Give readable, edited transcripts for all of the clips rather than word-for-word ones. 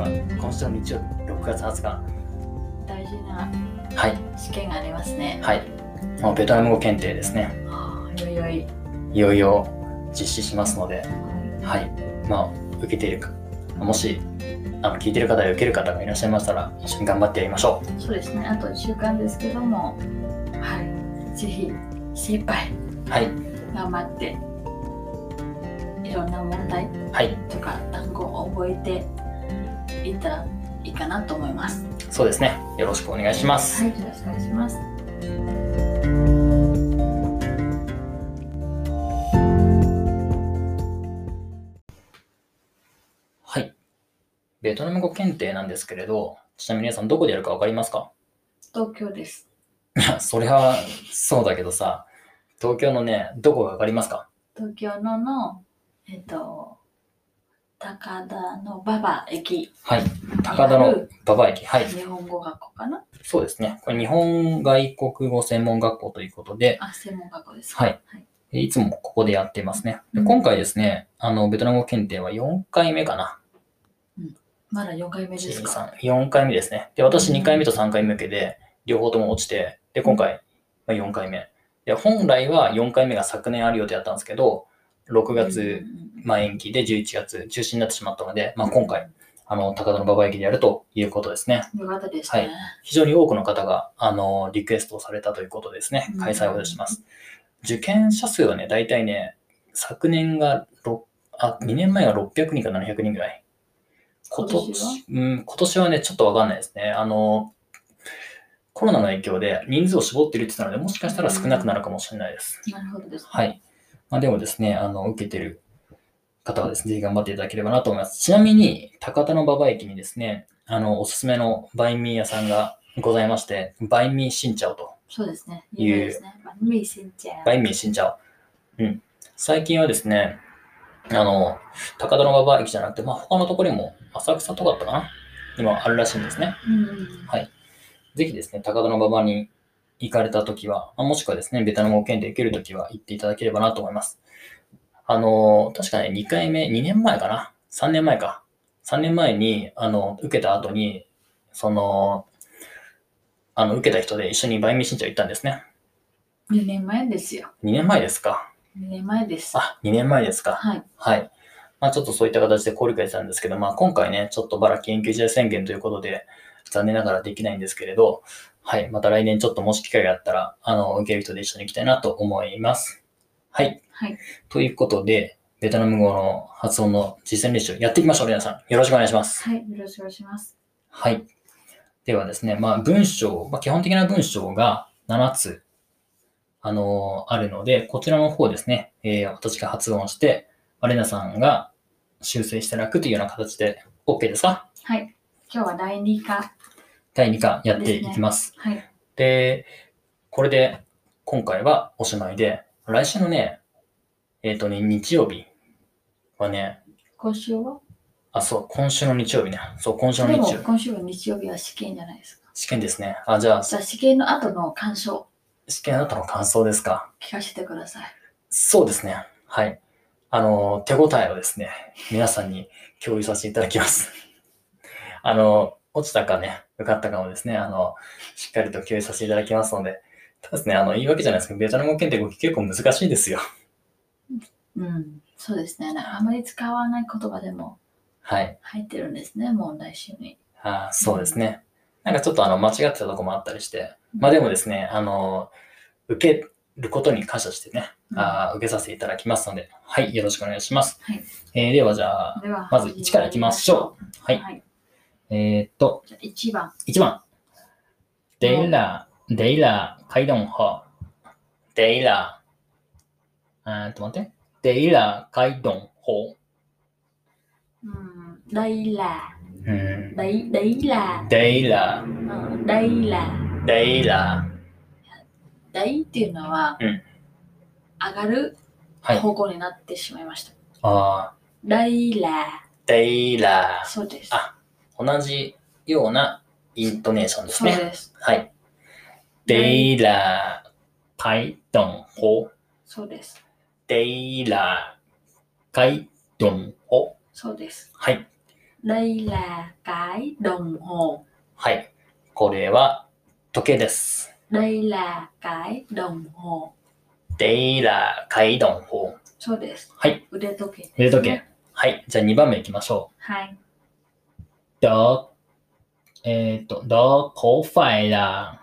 今週の日曜日、6月20日。 大事なはい。 試験がありますね。 はい。もうベトナム語検定ですね。いよいよ実施しますので、はい。受けているか、もし聞いている方で受ける方がいらっしゃいましたら、一緒に頑張ってやりましょう。そうですね。あと1週間ですけども、はい。ぜひ精一杯頑張って、いろんな問題とか単語を覚えていったらいいかなと思います。 そうですね。よろしくお願いします。 はい、よろしくお願いします。 はい。ベトナム語検定なんですけれど、ちなみに皆さんどこでやるか分かりますか？ 東京です。 いや、それはそうだけどさ、東京のね、どこが分かりますか？ 東京の高田の馬場駅。 はい。高田の馬場駅。はい。 日本語学校かな？ そうですね。これ日本外国語専門学校ということで。 専門学校です。 はい。いつもここでやってますね。で今回ですね、ベトナム語検定は4回目かな。 まだ4回目ですか ？4回目ですね。で、私2回目と3回目受けで、両方とも落ちて、で、今回4回目。で、本来は4回目が昨年ある予定だったんですけど、6月延期で11月中止になってしまったので、今回、高田の馬場駅でやるということですね。 よかったですね。はい。 非常に多くの方が、リクエストをされたということですね。開催をします。受験者数はね、大体ね、昨年が2年前が600人か700人ぐらい。今年はね、ちょっとわかんないですね。コロナの影響で人数を絞ってるって言ったので、もしかしたら少なくなるかもしれないです。 なるほどですね。 はい。でもですね、受けてる方はですね、ぜひ頑張っていただければなと思います。ちなみに、高田馬場駅にですね、おすすめのバインミー屋さんがございまして、バインミーシンチャオと。 そうですね。有名ですね。バインミーシンチャオ。 バインミーシンチャオ。最近はですね、高田馬場駅じゃなくて、他のところにも浅草とかだったかな今あるらしいんですね。はい。ぜひですね、高田馬場に行かれたときは、もしくはですね、ベトナム語検定受けるときは行っていただければなと思います。確かね、2回目、2年前かな ?3 年前か。3年前に、受けた後に、受けた人で一緒にバインミーシンチャオ行ったんですね。 2年前ですよ。 2年前ですか。 2年前です。 2年前ですか。 はい。 はい。ちょっとそういった形で交流会したんですけど、今回ね、ちょっとバラ緊急事態宣言ということで、残念ながらできないんですけれど、はい。また来年ちょっともし機会があったら、受ける人で一緒に行きたいなと思います。はい。 はい。 ということで、ベトナム語の発音の実践練習やっていきましょう、皆さん。よろしくお願いします。 はい。よろしくお願いします。 はい。ではですね、文章、基本的な文章が7つ、あるので、こちらの方ですね、私が発音して、レナさんが修正していただくというような形で OK ですか？ はい。今日は第2課。 第2課やっていきます。 はい。 で、これで今回はおしまいで、来週のね、日曜日はね、 今週は？ そう、今週の日曜日ね。そう、今週の日曜日。 でも今週の日曜日は試験じゃないですか。 試験ですね。じゃあ試験の後の感想。 試験の後の感想ですか？ 聞かせてください。 そうですね。はい。手応えをですね、皆さんに共有させていただきます。落ちたかね、受かったかもですね、しっかりと共有させていただきますので、ただですね、言い訳じゃないですけど、ベトナム語検定結構難しいですよ。 そうですね。あまり使わない言葉でも入ってるんですね、問題集に。 そうですね。なんかちょっと間違ってたとこもあったりして、でもですね、受けることに感謝してね、受けさせていただきますので、はい、よろしくお願いします。 はい。 ではじゃあ、まず1からいきましょう。はい。 1番。 1番。デイラ開動法。デイラ待って。デイラ開動法。 đây là đấyっていうのは、上がる方向になってしまいました。デイラ。そうです。 同じようなイントネーションですね。 そうです。 はい。デイラ開動法。 そうです。 デイラ開動法。 そうです。 はい。 đây là cái đồng hồ. はい。これは時計です。 đây là cái đồng hồ. đây là cái đồng hồ。 そうです。 はい。 腕時計ですね。 腕時計。はい。じゃあ2番目いきましょう。 はい。 đó đó có phải là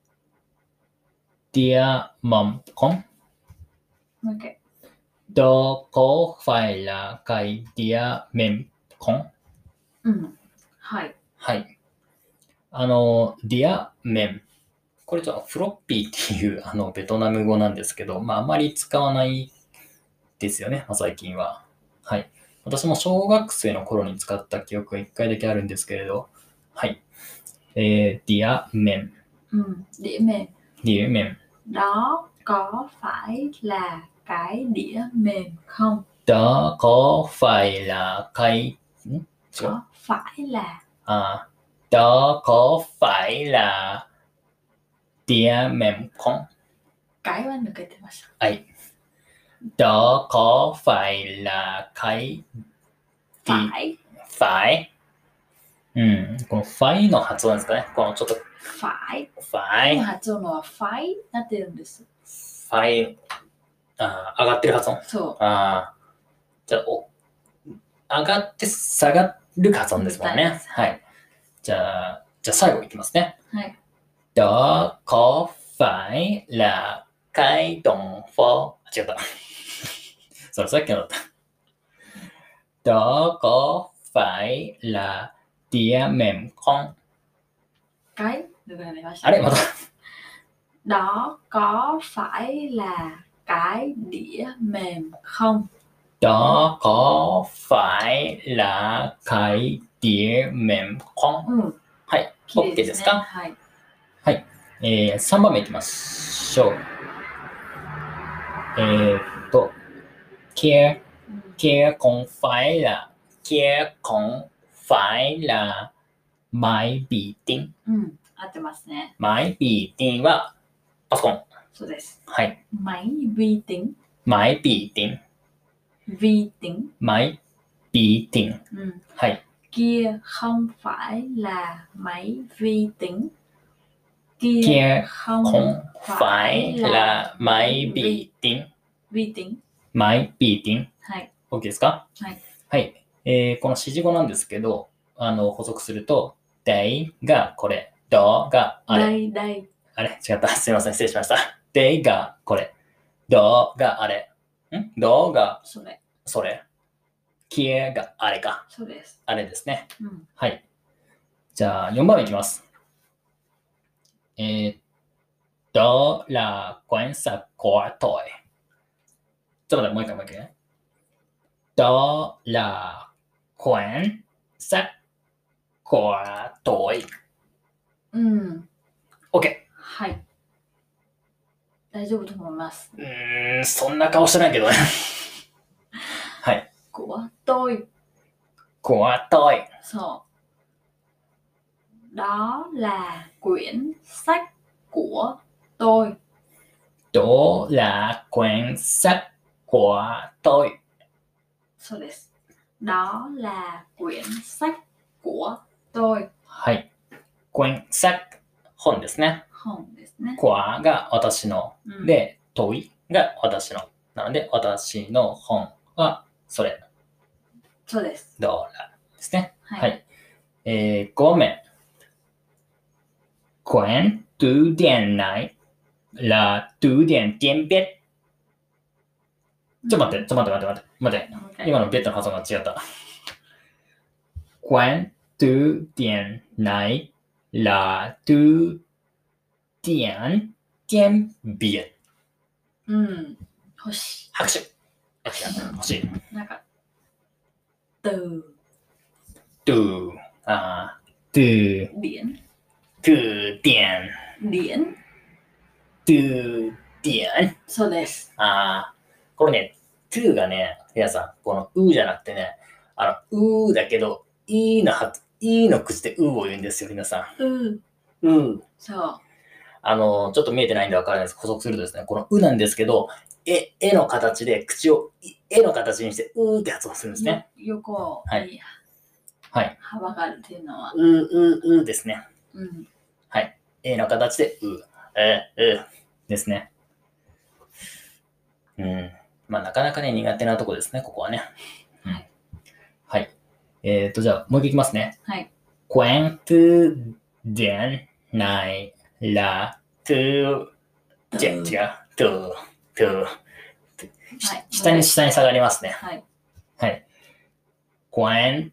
tia mầm không? Okay. Đó có phải là cái tia mềm không? はい。 はい。ディアメン。これちょっとフロッピーっていうベトナム語なんですけど、あまり使わないですよね、最近は。はい。私も小学生の頃に使った記憶が1回だけあるんですけれど、はい。ディアメン。 đĩa mềm. Đĩa mềm. Đó có phải là cái đĩa mềm không? Đó có phải là cái... Có phải là... đó có phải là đĩa mềm không? Cáiは抜けてました。 はい。đó có phải là cái... phải。 phải。このファイの発音ですかね。このちょっと。 ファイ。 ファイ。 発音はファイなってるんです。 ファイ。上がってる発音。 そう。 じゃあ、上がって下がる発音ですもんね。はい。じゃあ最後いきますね。 はい。 đó có phải là cái đồng hồ。違った。それさっきのだった。đó có phải là đĩa mềm không? cái mà đó có phải là cái đĩa mềm không? đó có phải là cái đĩa mềm không? はい、OK ですか？ はい。 はい。3番目いきましょう。kia không phải là máy vi tính。 合ってますね。 máy vi tính はパソコン。 そうです。 はい。 máy vi tính。 máy vi tính。 vi tính。 máy vi tính。はい。 kia không phải là máy vi tính. kia không phải là máy vi tính。 vi tính。 máy vi tính。 はい。 OK ですか？ はい。 はい。この指示語なんですけど、補足すると、they がこれ、do があれ。あれ違った。すみません。失礼しました。they がこれ、do があれ。do がそれ。kia があれか。 そうです。 あれですね。はい。じゃあ、4番目いきます。đó là quán sạc của tôi。ちょっと待って、もう一回ね。đó là quán sạc của tôi。OK。 はい。大丈夫と思います。 そんな顔してないけどね。はい。 của tôi。 của tôi。 そう。đó là quyển sách của tôi。 đó là quyển sách của tôi。 そうです。đó là quyển sách của tôi。 はい。quyển sách 本ですね。 本ですね。 của が私の、で、tôi が私の。なので、私の本はそれ。 そうです。 どうらですね。 はい。 5番目。quyển từ điển này là từ điển tiếng Việt。ちょっと待って。今のベッドの発音が違った。quyển từ điển này là từ điển tiếng Việt。 欲しい。 拍手。欲しい。 なんか、từ。 từ。 điển。 từ điển。 điển。 từ điển。 そうです。 これね、to がね、皆さん、このうじゃなくてね、うだけど、いの口でうを言うんですよ、皆さん。そう。ちょっと見えてないんでわからないです。補足するとですね、このうなんですけど、絵の形で口を絵の形にしてうって発音するんですね。 横。 はい。 はい。 幅があるっていうのは。 ですね。 うん。 はい。A の形でですね。まあ、なかなかね、苦手なとこですね、ここはね。はい。はい。じゃあ、もう一回いきますね。 はい。 Quanto den nai la tu 下に下がりますね。 はい。 はい。Quanto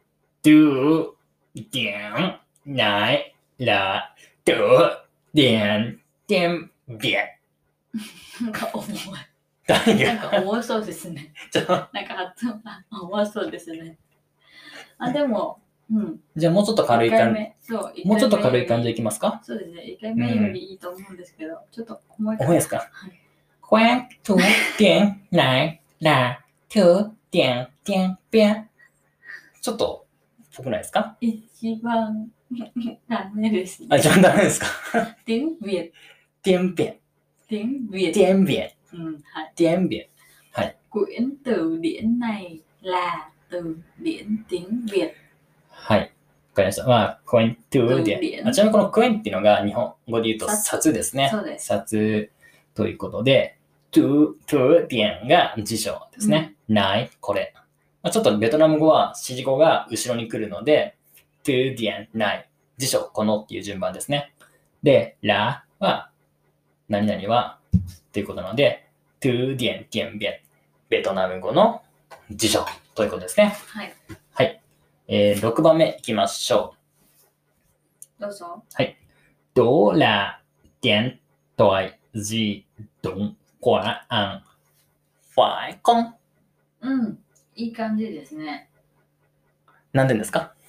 den nai la tu den bien。 なんか重い。 なんか重そうですね。なんか発音が重そうですね。あ、でも、 じゃあもうちょっと軽い感じ。もうちょっと軽い感じでいきますか？ そうですね。1回目よりいいと思うんですけど、ちょっと重いか。重いですか？Quán thủ tiền lại là thứ tiền tiền bien。ちょっと、ぽくないですか？ 一番ダメですね。 一番ダメですか？ 点biệt。 点biệt。 点biệt。 点biệt。 はい。 点biệt。はい。 Quyển từ điển này là từ điển tiếng Việt。 はい。わかりました。まあ、コイントゥーデン。ちなみにこのコインっていうのが日本語で言うと札ですね。 そうです。 札ということで、トゥーデンが辞書ですね。ない、これ。ちょっとベトナム語は指示語が後ろに来るので、トゥーデン、ない、辞書、このっていう順番ですね。で、ラは、何々は、ということなので、トゥーデン、デンビェン、ベトナム語の辞書ということですね。 はい。 はい。6番目いきましょう。どうぞ。 はい。Đó là điện thoại di động của anh phải không？ いい感じですね。 何点ですか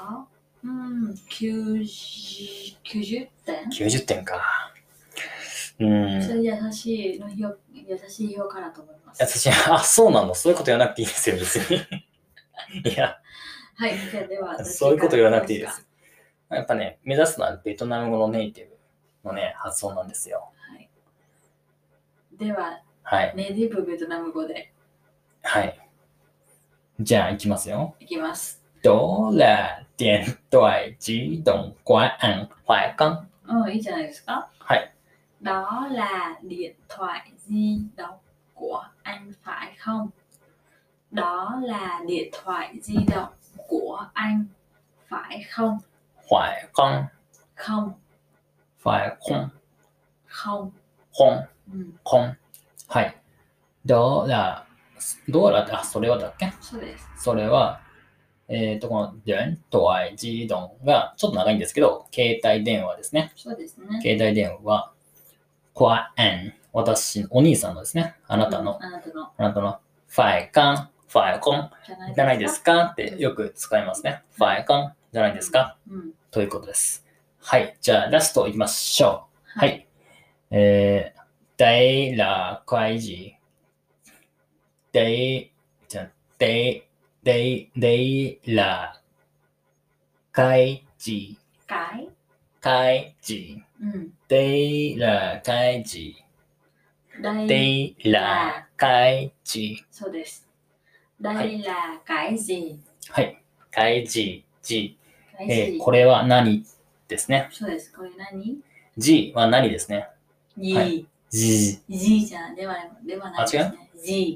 ？90点 ?90 点か。 それ優しい評価だと思います。 優しい。あ、そうなの。そういうこと言わなくていいですよ、別に。いや。 はい、じゃあでは。 そういうこと言わなくていいです。やっぱね、目指すのはベトナム語のネイティブのね、発音なんですよ。 はい。では、 はい、 ネイティブベトナム語で。 はい。じゃあ、いきますよ。 いきます。 Đó là điện thoại di động của anh phải không？ いいじゃないですか。 はい。 Đó là điện thoại di động của anh phải không? Đó là điện thoại di động của anh phải không? Phải không? Không. Phải không? Không. Không. Không. はい。どうだ、それはだっけ？ そうです。 それは、この電話自動がちょっと長いんですけど、携帯電話ですね。 そうですね。 携帯電話、私、お兄さんのですね。あなたの、ファイカン、ファイコンじゃないですかってよく使いますね。ファイコンじゃないですか、ということです。はい。じゃあ、ラストいきましょう。はい。đây là cái gì? Đây là cái gì? Cái gì? Đây là cái gì? Đây là cái gì? そうです。đây là cái gì? はい。cái gì? これは何ですね。 そうです。これ何？ G は何ですね。 G。G じゃではないですね。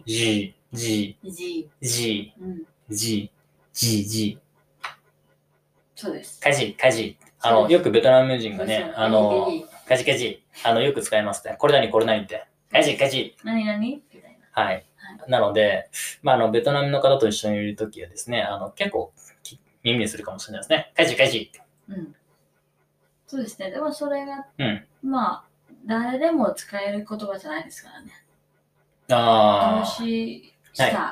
G。 そうです。 カジ。よくベトナム人がね、カジ。よく使いますね。これ何って。カジ。 何みたいな。はい。なので、ベトナムの方と一緒にいるときはですね、結構耳にするかもしれないですね。カジって。 そうですね。でもそれが、誰でも使える言葉じゃないですからね。投資した、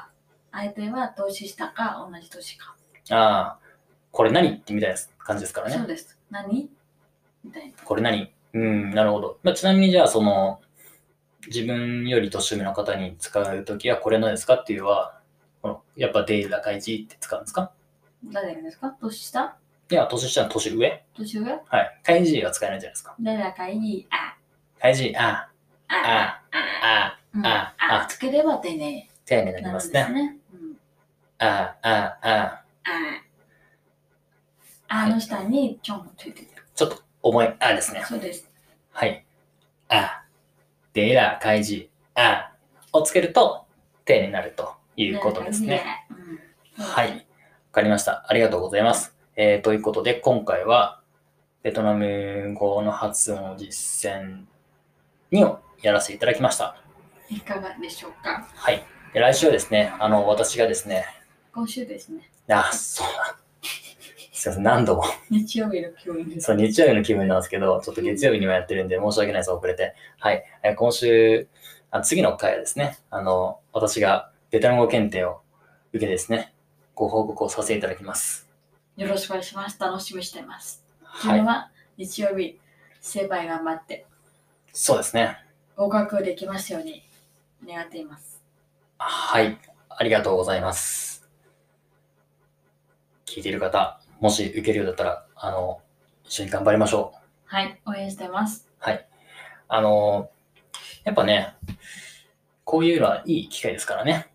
相手は投資したか同じ年か。 これ何ってみたいな感じですからね。 そうです。何みたいな。 これ何？なるほど。ちなみにじゃあ自分より年上の方に使うときはこれ何ですかっていうのは、やっぱデイラカイジって使うんですか？ 誰ですか？年下？ いや、年下の年上？ 年上？ はい。カイジは使えないじゃないですか。 デイラカイジ、 カイジ、 つければ丁寧。 丁寧になりますね。 あの下にちょんついてる。 ちょっと重いあですね。 そうです。 はい。あ、でら、開示、あをつけると、てになるということですね。はい。わかりました。ありがとうございます。ということで、今回は、ベトナム語の発音実践2をやらせていただきました。 いかがでしょうか。 はい。で、来週はですね、私がですね、 今週ですね。 そうだ。すいません、何度も。 日曜日の気分です。 そう、日曜日の気分なんですけど、ちょっと月曜日にもやってるんで、申し訳ないです、遅れて。はい。今週、次の回はですね、私がベトナム語検定を受けてですね、ご報告をさせていただきます。 よろしくお願いします。楽しみにしています。はい。は日曜日、精杯頑張って。 そうですね。 合格できますように願っています。 はい。ありがとうございます。聞いている方、もし受けるようだったら、一緒に頑張りましょう。 はい。応援してます。 はい。やっぱね、こういうのはいい機会ですからね。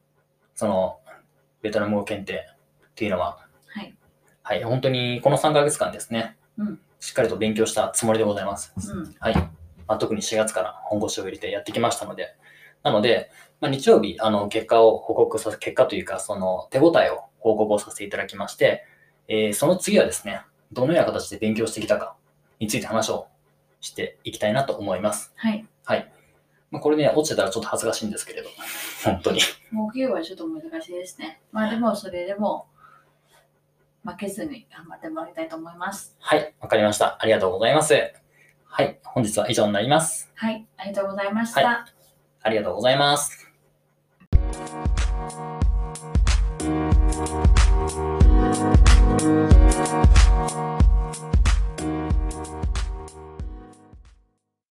ベトナム語検定っていうのは。 はい。 はい。本当にこの3ヶ月間ですね。しっかりと勉強したつもりでございます。はい。特に4月から本腰を入れてやってきましたので。なので、日曜日、結果というか、手応えを報告をさせていただきまして、その次はですね、どのような形で勉強してきたかについて話をしていきたいなと思います。 はい。 はい。これね、落ちてたらちょっと恥ずかしいんですけれど、本当に。 木曜はちょっと難しいですね。でも、それでも、負けずに頑張ってもらいたいと思います。 はい、わかりました。ありがとうございます。はい、本日は以上になります。 はい、ありがとうございました。 はい、ありがとうございます。